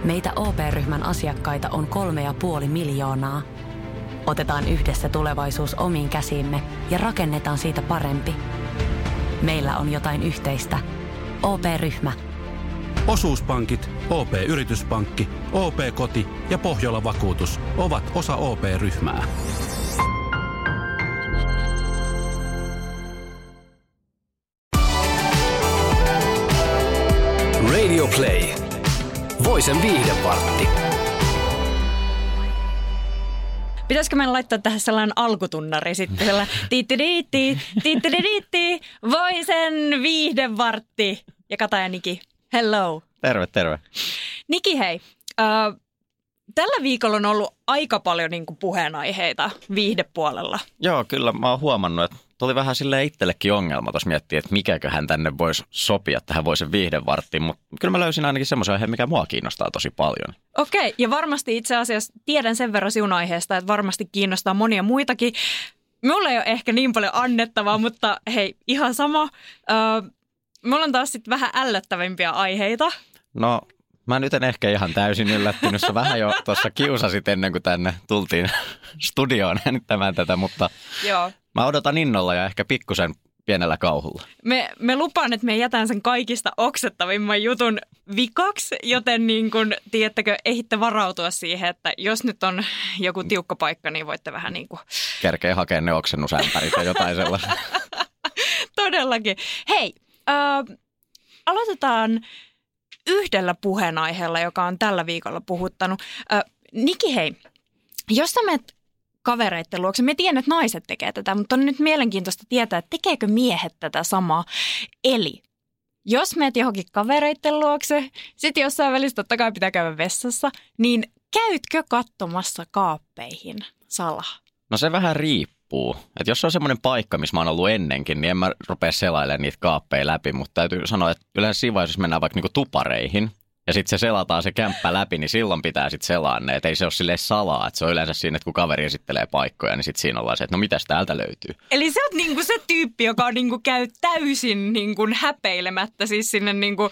Meitä OP-ryhmän asiakkaita on 3,5 miljoonaa. Otetaan yhdessä tulevaisuus omiin käsiimme ja rakennetaan siitä parempi. Meillä on jotain yhteistä. OP-ryhmä. Osuuspankit, OP-yrityspankki, OP-koti ja Pohjola-vakuutus ovat osa OP-ryhmää. Radio Play. Voisen viihdevartti. Pitäisikö meidän laittaa tähän sellainen alkutunnari sitten, sellainen tiittiriitti, Voisen viihdevartti. Ja Kata ja Niki, hello. Terve. Niki, hei. Tällä viikolla on ollut aika paljon niin kuin puheenaiheita viihdepuolella. Joo, kyllä mä oon huomannut, että tuli vähän silleen itsellekin ongelma tuossa miettiä, että mikäköhän tänne voisi sopia tähän Voisen viihdevarttiin, mutta kyllä mä löysin ainakin semmoisen aiheen, mikä mua kiinnostaa tosi paljon. Okei, ja varmasti itse asiassa tiedän sen verran sinun aiheesta, että varmasti kiinnostaa monia muitakin. Mulla ei ole ehkä niin paljon annettavaa, mutta hei, ihan sama. Mulla on taas sitten vähän ällöttävimpiä aiheita. No, mä nyt en ehkä ihan täysin yllättynyt. Sä vähän jo tuossa kiusasit ennen kuin tänne tultiin studioon äänittämään tätä, mutta joo. Mä odotan innolla ja ehkä pikkusen pienellä kauhulla. Me lupaan, että me jätän sen kaikista oksettavimman jutun vikaksi, joten niin kun, tiedättekö, ehitte varautua siihen, että jos nyt on joku tiukka paikka, niin voitte vähän niin kuin kerkee hakea ne oksennusämpärit ja jotain sellaista. Todellakin. Hei, aloitetaan yhdellä puheenaiheella, joka on tällä viikolla puhuttanut. Niki, hei, jos sä menet kavereitten luokse, me tiedän, että naiset tekee tätä, mutta on nyt mielenkiintoista tietää, että tekeekö miehet tätä samaa. Eli jos menet johonkin kavereitten luokse, sitten jossain välissä totta kai pitää käydä vessassa, niin käytkö katsomassa kaappeihin salaa? No se vähän riippuu. Että jos on semmoinen paikka, missä mä oon ollut ennenkin, niin en mä rupea selailemaan niitä kaappeja läpi, mutta täytyy sanoa, että yleensä siinä vaiheessa, jos mennään vaikka niinku tupareihin, ja sitten se selataan se kämppä läpi, niin silloin pitää sitten selaa ne. Että ei se ole silleen salaa. Että se on yleensä siinä, että kun kaveri esittelee paikkoja, niin sitten siinä ollaan se, että no mitäs täältä löytyy. Eli sä oot niinku se tyyppi, joka niinku käy täysin niinku häpeilemättä siis sinne niinku,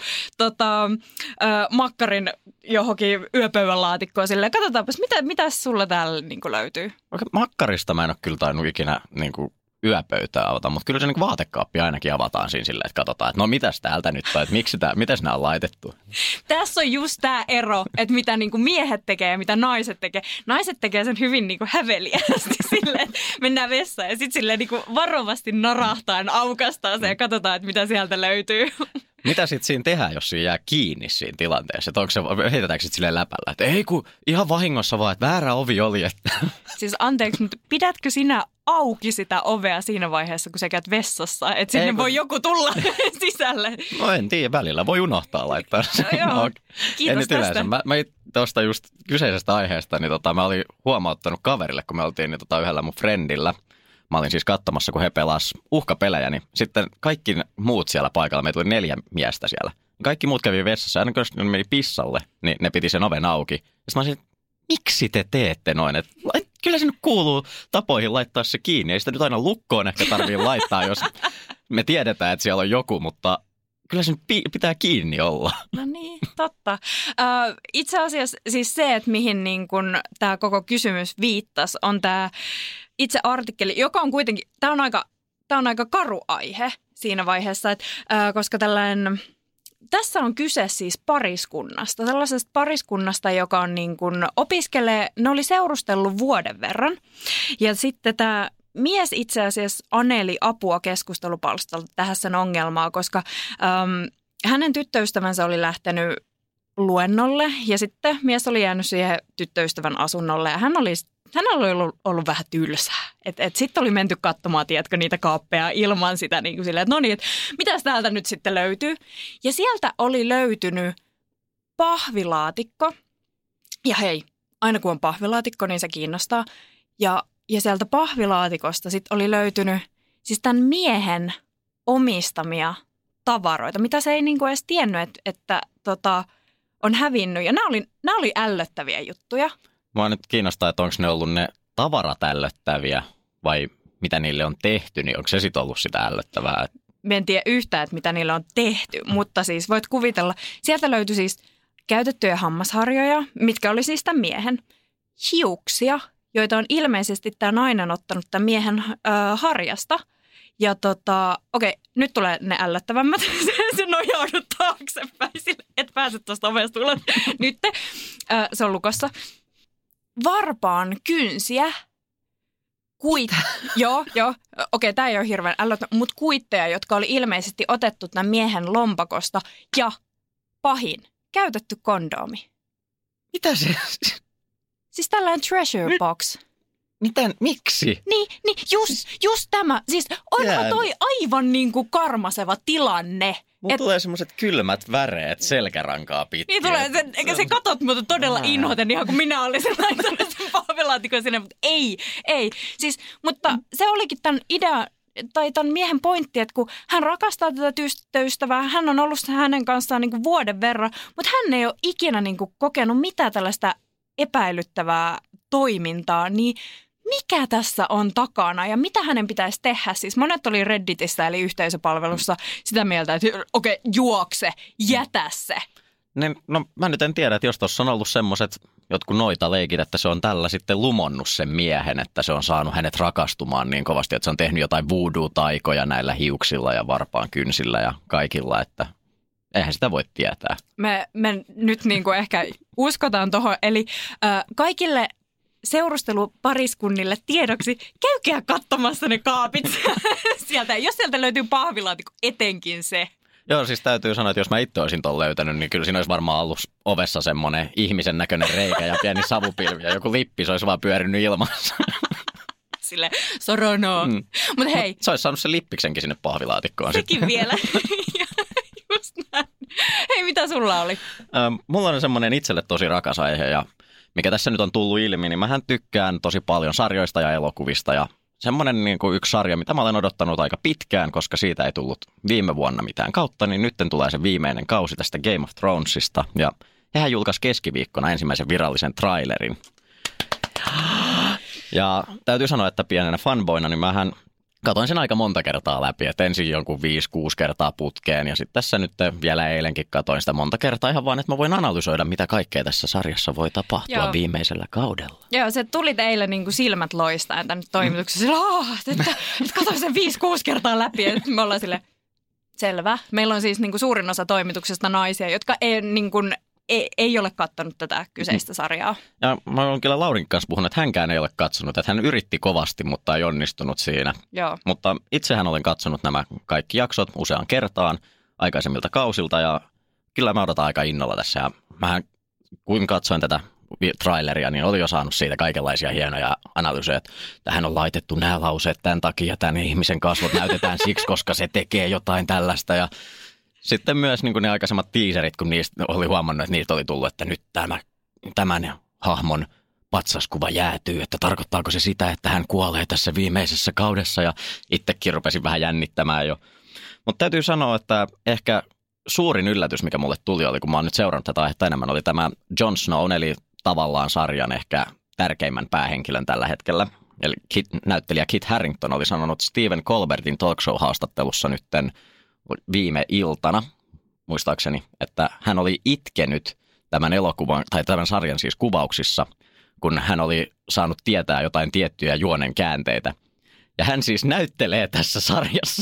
makkarin johonkin yöpöydän laatikkoon silleen. Katsotaanpas, mitäs sulla täällä niinku löytyy? Makkarista mä en ole kyllä tainnut ikinä niinku yöpöytää avata, mutta kyllä se niin vaatekaappi ainakin avataan siinä silleen, että katsotaan, että no mitäs täältä nyt on, että mitäs nämä on laitettu. Tässä on just tämä ero, että mitä niin kuin miehet tekee ja mitä naiset tekee. Naiset tekee sen hyvin niin kuin häveliästi silleen, että mennään vessaan ja sitten silleen niin kuin varovasti narahtaen aukastaan se ja katsotaan, että mitä sieltä löytyy. Mitä sitten siinä tehdään, jos siinä jää kiinni siinä tilanteessa? Että onko se, heitetäänkö sitten silleen läpällä, että ei kun ihan vahingossa vaan, että väärä ovi oli. Että. Siis anteeksi, mutta pidätkö sinä auki sitä ovea siinä vaiheessa, kun sä käyt vessassa? Että sinne voi joku tulla sisälle. No en tiedä, välillä voi unohtaa laittaa sen. Joo, kiitos tästä. Mä tuosta just kyseisestä aiheesta, niin mä olin huomauttanut kaverille, kun me oltiin niin yhdellä mun friendillä. Mä olin siis katsomassa, kun he pelas uhkapelejä, niin sitten kaikki muut siellä paikalla, meitä oli 4 miestä siellä. Kaikki muut kävi vessassa, aina kun ne meni pissalle, niin ne piti sen oven auki. Ja sitten mä olisin, miksi te teette noin? Et kyllä se nyt kuuluu tapoihin laittaa se kiinni. Ei sitä nyt aina lukkoon ehkä tarvitse laittaa, jos me tiedetään, että siellä on joku, mutta kyllä se nyt pitää kiinni olla. No niin, totta. Itse asiassa siis se, että mihin niin kun tämä koko kysymys viittasi, on tämä itse artikkeli, joka on kuitenkin, tämä on aika karu aihe siinä vaiheessa, että, koska tässä on kyse siis pariskunnasta, sellaisesta pariskunnasta, joka on niin kuin opiskelee, ne oli seurustellut vuoden verran ja sitten tämä mies itse asiassa aneli apua keskustelupalstalta tähän sen ongelmaa, koska hänen tyttöystävänsä oli lähtenyt luennolle ja sitten mies oli jäänyt siihen tyttöystävän asunnolle ja hänellä oli ollut vähän tylsää. Sitten oli menty katsomaan, tiedätkö, niitä kaappeja ilman sitä niin kuin silleen, että no niin, että mitäs täältä nyt sitten löytyy. Ja sieltä oli löytynyt pahvilaatikko. Ja hei, aina kun on pahvilaatikko, niin se kiinnostaa. Ja sieltä pahvilaatikosta sitten oli löytynyt siis tämän miehen omistamia tavaroita, mitä se ei niin kuin edes tiennyt, että on hävinnyt. Ja nämä oli ällöttäviä juttuja. Mua nyt kiinnostaa, että onko ne ollut ne tavarat ällöttäviä vai mitä niille on tehty, niin onko se sitten ollut sitä ällöttävää? Mä en tiedä yhtään, että mitä niille on tehty, mutta siis voit kuvitella, sieltä löytyi siis käytettyjä hammasharjoja, mitkä oli siis tämän miehen, hiuksia, joita on ilmeisesti tämä nainen ottanut tämän miehen harjasta. Ja okei, nyt tulee ne ällöttävämmät. Se nojaudut taaksepäin, sille et pääse tuosta ovesta ulos. Nyt se on lukossa. Varpaan kynsiä. Joo. Okei, tämä ei ole hirveän ällöttävä, mutta kuitteja, jotka oli ilmeisesti otettu tämän miehen lompakosta. Ja pahin, käytetty kondoomi. Mitä se? Siis tällainen treasure box. Miksi? Niin, just tämä. Siis onhan toi aivan niinku karmaseva tilanne. Mulla tulee semmoiset kylmät väreet selkärankaa pitkin. Niin tulee, eikä se katot muuta todella inhoten ihan kun minä olisin laittanut sen pahvilaatikon sinne, mutta ei. Siis, mutta se olikin tämän idea, tai tämän miehen pointti, että kun hän rakastaa tätä tyttöystävää, hän on ollut hänen kanssaan niin kuin vuoden verran, mutta hän ei ole ikinä niin kuin kokenut mitään tällaista epäilyttävää toimintaa, niin mikä tässä on takana ja mitä hänen pitäisi tehdä? Siis monet oli Redditissä eli yhteisöpalvelussa sitä mieltä, että okei, juokse, jätä se. No mä nyt en tiedä, että jos tuossa on ollut semmoiset jotkut noita leikit, että se on tällä sitten lumonnut sen miehen, että se on saanut hänet rakastumaan niin kovasti, että se on tehnyt jotain voodoo-taikoja näillä hiuksilla ja varpaan kynsillä ja kaikilla, että eihän sitä voi tietää. Me nyt niin kuin ehkä uskotaan tuohon, eli kaikille seurustelupariskunnille tiedoksi, käykää katsomassa ne kaapit sieltä. Jos sieltä löytyy pahvilaatikko, etenkin se. Joo, siis täytyy sanoa, että jos mä itse olisin ton löytänyt, niin kyllä siinä olisi varmaan ollut ovessa semmoinen ihmisen näköinen reikä ja pieni savupilvi ja joku lippis olisi vaan pyörinyt ilmassa. Sille soronoo. Mut hei. Se olisi saanut sen lippiksenkin sinne pahvilaatikkoon. Sekin sitten vielä. Just näin. Hei, mitä sulla oli? Mulla on semmoinen itselle tosi rakas aihe ja mikä tässä nyt on tullut ilmi, niin mähän tykkään tosi paljon sarjoista ja elokuvista ja semmoinen niin kuin yksi sarja, mitä mä olen odottanut aika pitkään, koska siitä ei tullut viime vuonna mitään kautta, niin nyt tulee se viimeinen kausi tästä Game of Thronesista ja hehän julkaisi keskiviikkona ensimmäisen virallisen trailerin. Ja täytyy sanoa, että pienenä fanboina, niin mähän katoin sen aika monta kertaa läpi, että ensin jonkun 5-6 kertaa putkeen ja sitten tässä nyt vielä eilenkin katoin sitä monta kertaa ihan vaan, että mä voin analysoida, mitä kaikkea tässä sarjassa voi tapahtua viimeisellä kaudella. Joo, se tuli teille niin kuin silmät loistaen tänne toimituksessa, että katoin sen 5-6 kertaa läpi ja me ollaan silleen, selvä. Meillä on siis niin kuin suurin osa toimituksesta naisia, jotka ei ole katsonut tätä kyseistä sarjaa. Ja mä oon kyllä Laurin kanssa puhunut, että hänkään ei ole katsonut, että hän yritti kovasti, mutta ei onnistunut siinä. Joo. Mutta itsehän olen katsonut nämä kaikki jaksot useaan kertaan aikaisemmilta kausilta ja kyllä mä odotan aika innolla tässä. Ja mähän kun katsoin tätä traileria, niin oli jo saanut siitä kaikenlaisia hienoja analyysejä, että tähän on laitettu nämä lauseet tämän takia, tämän ihmisen kasvot näytetään siksi, koska se tekee jotain tällaista ja sitten myös niin kuin ne aikaisemmat teaserit, kun niistä oli huomannut, että niistä oli tullut, että nyt tämän hahmon patsaskuva jäätyy, että tarkoittaako se sitä, että hän kuolee tässä viimeisessä kaudessa ja itsekin rupesin vähän jännittämään jo. Mutta täytyy sanoa, että ehkä suurin yllätys, mikä mulle tuli, oli kun mä oon nyt seurannut tätä aihetta enemmän, oli tämä Jon Snow, eli tavallaan sarjan ehkä tärkeimmän päähenkilön tällä hetkellä. Eli näyttelijä Kit Harington oli sanonut Stephen Colbertin talk show-haastattelussa nytten viime iltana, muistaakseni, että hän oli itkenyt tämän elokuvan, tai tämän sarjan siis kuvauksissa, kun hän oli saanut tietää jotain tiettyjä juonen käänteitä. Ja hän siis näyttelee tässä sarjassa.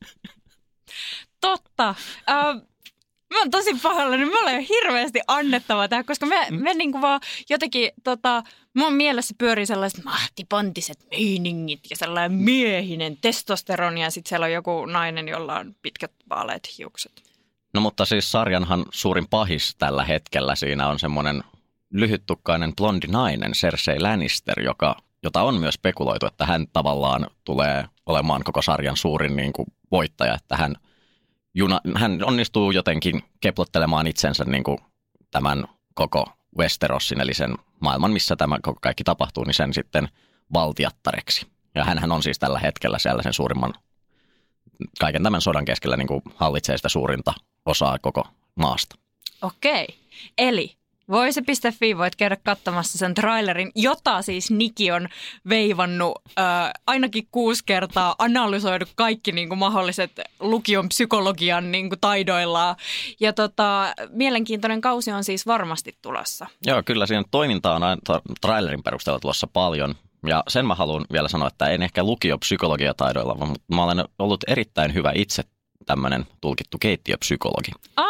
Totta. Mä oon tosi pahoillani, me ollaan jo hirveästi annettava tähän, koska me niinku vaan jotenkin, mun mielessä pyörii sellaiset mahtipontiset meiningit ja sellainen miehinen testosteroni ja sitten siellä on joku nainen, jolla on pitkät vaaleat hiukset. No mutta siis sarjanhan suurin pahis tällä hetkellä siinä on semmoinen lyhyttukkainen blondi nainen, Cersei Lannister, jota on myös spekuloitu, että hän tavallaan tulee olemaan koko sarjan suurin niin kuin voittaja, että hän onnistuu jotenkin keplottelemaan itsensä niin kuin tämän koko Westerosin, eli sen maailman, missä tämä kaikki tapahtuu, niin sen sitten valtiattareksi. Ja hänhän on siis tällä hetkellä siellä sen suurimman, kaiken tämän sodan keskellä niin kuin hallitsee sitä suurinta osaa koko maasta. Okei, eli Voise.fi, voit käydä katsomassa sen trailerin, jota siis Niki on veivannut ainakin 6 kertaa, analysoinut kaikki niin kuin mahdolliset lukion psykologian niin kuin taidoillaan. Ja mielenkiintoinen kausi on siis varmasti tulossa. Joo, kyllä siinä toimintaa on trailerin perusteella tulossa paljon. Ja sen mä haluan vielä sanoa, että en ehkä lukiopsykologiataidoilla, mutta mä olen ollut erittäin hyvä itse tämmöinen tulkittu keittiöpsykologi.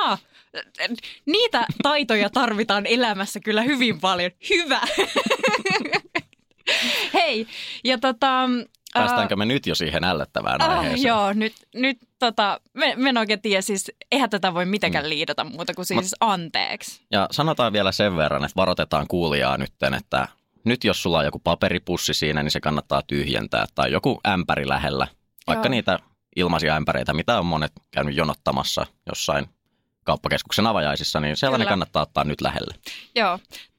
Niitä taitoja tarvitaan elämässä kyllä hyvin paljon. Hyvä! Hei, ja päästäänkö me nyt jo siihen ällöttävään aiheeseen? Joo, nyt me en oikein tiedä, siis eihän tätä voi mitenkään liidata muuta kuin siis anteeksi. Ja sanotaan vielä sen verran, että varoitetaan kuulijaa nytten, että nyt jos sulla on joku paperipussi siinä, niin se kannattaa tyhjentää tai joku ämpäri lähellä. Vaikka niitä ilmaisia ämpäreitä, mitä on monet käynyt jonottamassa jossain kauppakeskuksen avajaisissa, niin sellainen kannattaa ottaa nyt lähelle. Joo,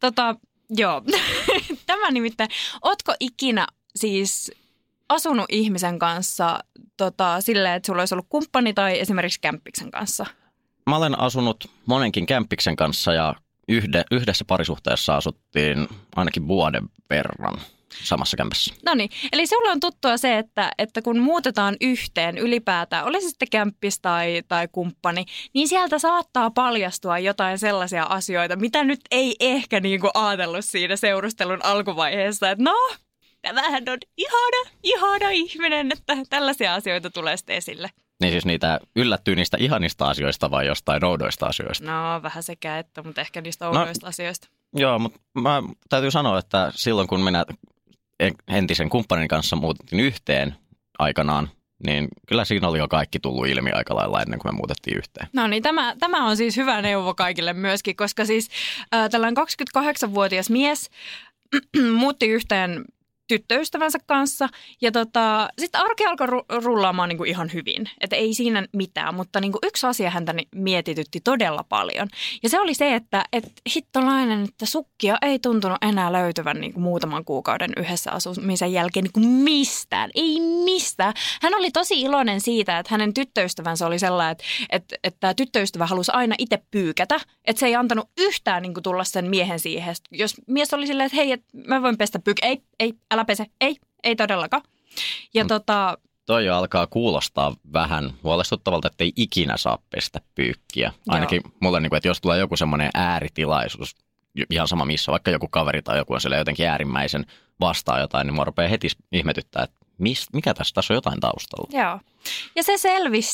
joo. Tämä nimittäin, ootko ikinä siis asunut ihmisen kanssa silleen, että sulla olisi ollut kumppani tai esimerkiksi kämppiksen kanssa? Mä olen asunut monenkin kämppiksen kanssa ja yhdessä parisuhteessa asuttiin ainakin vuoden verran samassa kämpässä. No niin, eli sulla on tuttua se, että kun muutetaan yhteen ylipäätään, oli se sitten kämppis tai kumppani, niin sieltä saattaa paljastua jotain sellaisia asioita, mitä nyt ei ehkä niinku ajatellut siinä seurustelun alkuvaiheessa, että no, tämähän on ihana ihminen, että tällaisia asioita tulee sitten esille. Niin siis niitä yllättyy niistä ihanista asioista vai jostain oudoista asioista? No vähän sekä että, mutta ehkä niistä oudoista asioista. Joo, mutta mä täytyy sanoa, että silloin kun minä entisen kumppanin kanssa muutettiin yhteen aikanaan, niin kyllä siinä oli jo kaikki tullut ilmi aika lailla ennen kuin me muutettiin yhteen. No niin, tämä on siis hyvä neuvo kaikille myöskin, koska siis tällainen 28-vuotias mies muutti yhteen tyttöystävänsä kanssa ja sitten arki alkoi rullaamaan niinku ihan hyvin, että ei siinä mitään, mutta niinku yksi asia häntä mietitytti todella paljon ja se oli se, että hittolainen, että sukkia ei tuntunut enää löytyvän niinku muutaman kuukauden yhdessä asumisen jälkeen niinku mistään, ei mistään. Hän oli tosi iloinen siitä, että hänen tyttöystävänsä oli sellainen, että tämä tyttöystävä halusi aina itse pyykätä, että se ei antanut yhtään niinku tulla sen miehen siihen. Jos mies oli silleen, että hei, että mä voin pestä ei, älä pese. Ei todellakaan. Ja Toi jo alkaa kuulostaa vähän huolestuttavalta, että ei ikinä saa pestä pyykkiä. Ainakin mulle, että jos tulee joku semmoinen ääritilaisuus, ihan sama missä, vaikka joku kaveri tai joku on siellä jotenkin äärimmäisen vastaa jotain, niin mua rupeaa heti ihmetyttää, että mikä tässä on jotain taustalla. Joo. Ja se selvisi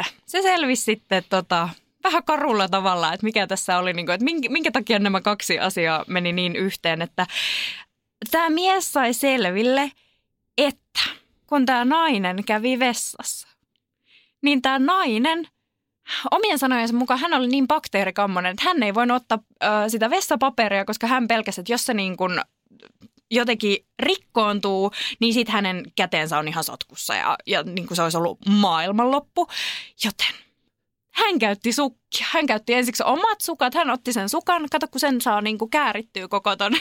sitten vähän karulla tavalla, että mikä tässä oli, että minkä takia nämä kaksi asiaa meni niin yhteen, että tämä mies sai selville, että kun tämä nainen kävi vessassa, niin tämä nainen, omien sanojensa mukaan hän oli niin bakteerikammonen, että hän ei voinut ottaa sitä vessapaperia, koska hän pelkäsi, että jos se niin kuin jotenkin rikkoontuu, niin sitten hänen käteensä on ihan sotkussa ja niin kuin se olisi ollut maailmanloppu. Joten hän käytti sukkia. Hän käytti ensiksi omat sukat, hän otti sen sukan, kato kun sen saa niin kuin käärittyä koko ton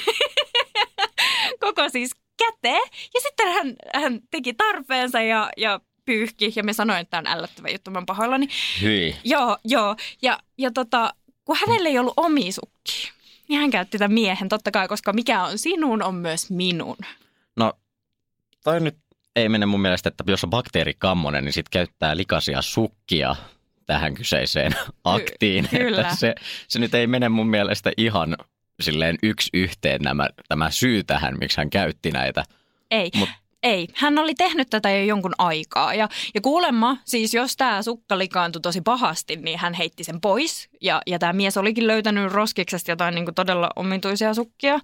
koko siis käteen. Ja sitten hän teki tarpeensa ja pyyhki. Ja me sanoin, että tämä on ällöttävä juttu, mä oon pahoillani. Hyi. Joo. Ja kun hänellä ei ollut omia sukkia, niin hän käytti tämän miehen totta kai, koska mikä on sinun, on myös minun. No, toi nyt ei mene mun mielestä, että jos on bakteerikammonen, niin sitten käyttää likaisia sukkia tähän kyseiseen aktiin. Kyllä. Että se nyt ei mene mun mielestä ihan silleen yksi yhteen tämä syy tähän, miksi hän käytti näitä. Ei. Hän oli tehnyt tätä jo jonkun aikaa ja kuulemma, siis jos tämä sukka likaantui tosi pahasti, niin hän heitti sen pois. Ja tämä mies olikin löytänyt roskiksesta jotain niin kuin todella omituisia sukkia.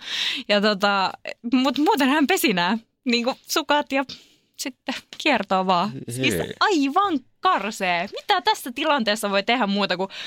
Mutta muuten hän pesi nämä niin kuin sukat ja sitten kiertoo vaan. Siis aivan karsee. Mitä tässä tilanteessa voi tehdä muuta kuin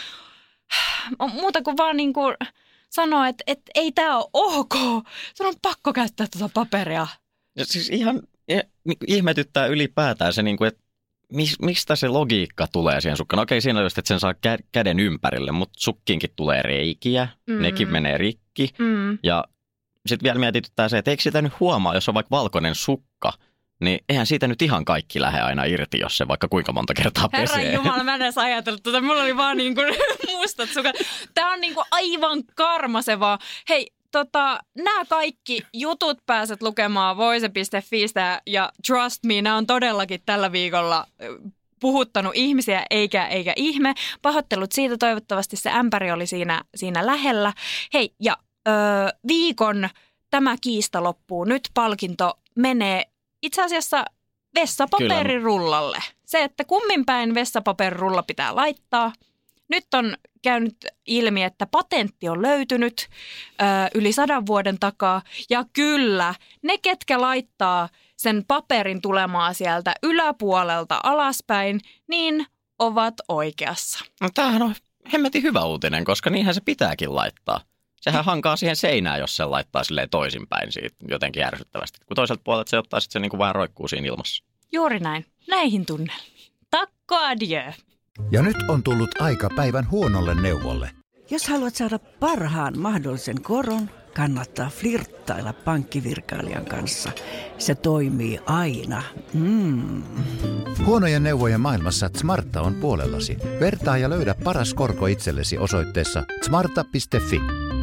vaan niin kuin sanoa, että ei tämä ole ok. Se on pakko käyttää tuota paperia. Ja siis ihan ihmetyttää ylipäätään se, että mistä se logiikka tulee siihen sukkaan. Okei, siinä on just, että sen saa käden ympärille, mutta sukkiinkin tulee reikiä, nekin menee rikki. Ja sitten vielä mietityttää se, että eikö sitä nyt huomaa, jos on vaikka valkoinen sukka, niin eihän siitä nyt ihan kaikki lähde aina irti, jos se vaikka kuinka monta kertaa pesee. Herran Jumala, mä en edes ajatellut tuota. Mulla oli vaan niin kuin mustat sukat. Tää on niin kuin aivan karmasevaa. Hei, nämä kaikki jutut pääset lukemaan voise.fistä ja trust me, nämä on todellakin tällä viikolla puhuttanut ihmisiä eikä ihme. Pahoittelut siitä, toivottavasti se ämpäri oli siinä lähellä. Hei, ja viikon tämä kiista loppuu. Nyt palkinto menee itse asiassa vessapaperirullalle. Se, että kummin päin vessapaperirulla pitää laittaa. Nyt on käynyt ilmi, että patentti on löytynyt yli 100 vuoden takaa. Ja kyllä, ne ketkä laittaa sen paperin tulemaan sieltä yläpuolelta alaspäin, niin ovat oikeassa. No tämähän on hemmetin hyvä uutinen, koska niinhän se pitääkin laittaa. Sehän hankaa siihen seinään, jos se laittaa silleen toisinpäin siitä jotenkin ärsyttävästi. Kun toiselta puolelta se ottaa sitten se niin kuin vaan roikkuu siinä ilmassa. Juuri näin. Näihin tunnelmiin. Takko adieu. Ja nyt on tullut aika päivän huonolle neuvolle. Jos haluat saada parhaan mahdollisen koron, kannattaa flirttailla pankkivirkailijan kanssa. Se toimii aina. Huonojen neuvojen maailmassa Smarta on puolellasi. Vertaa ja löydä paras korko itsellesi osoitteessa smarta.fi.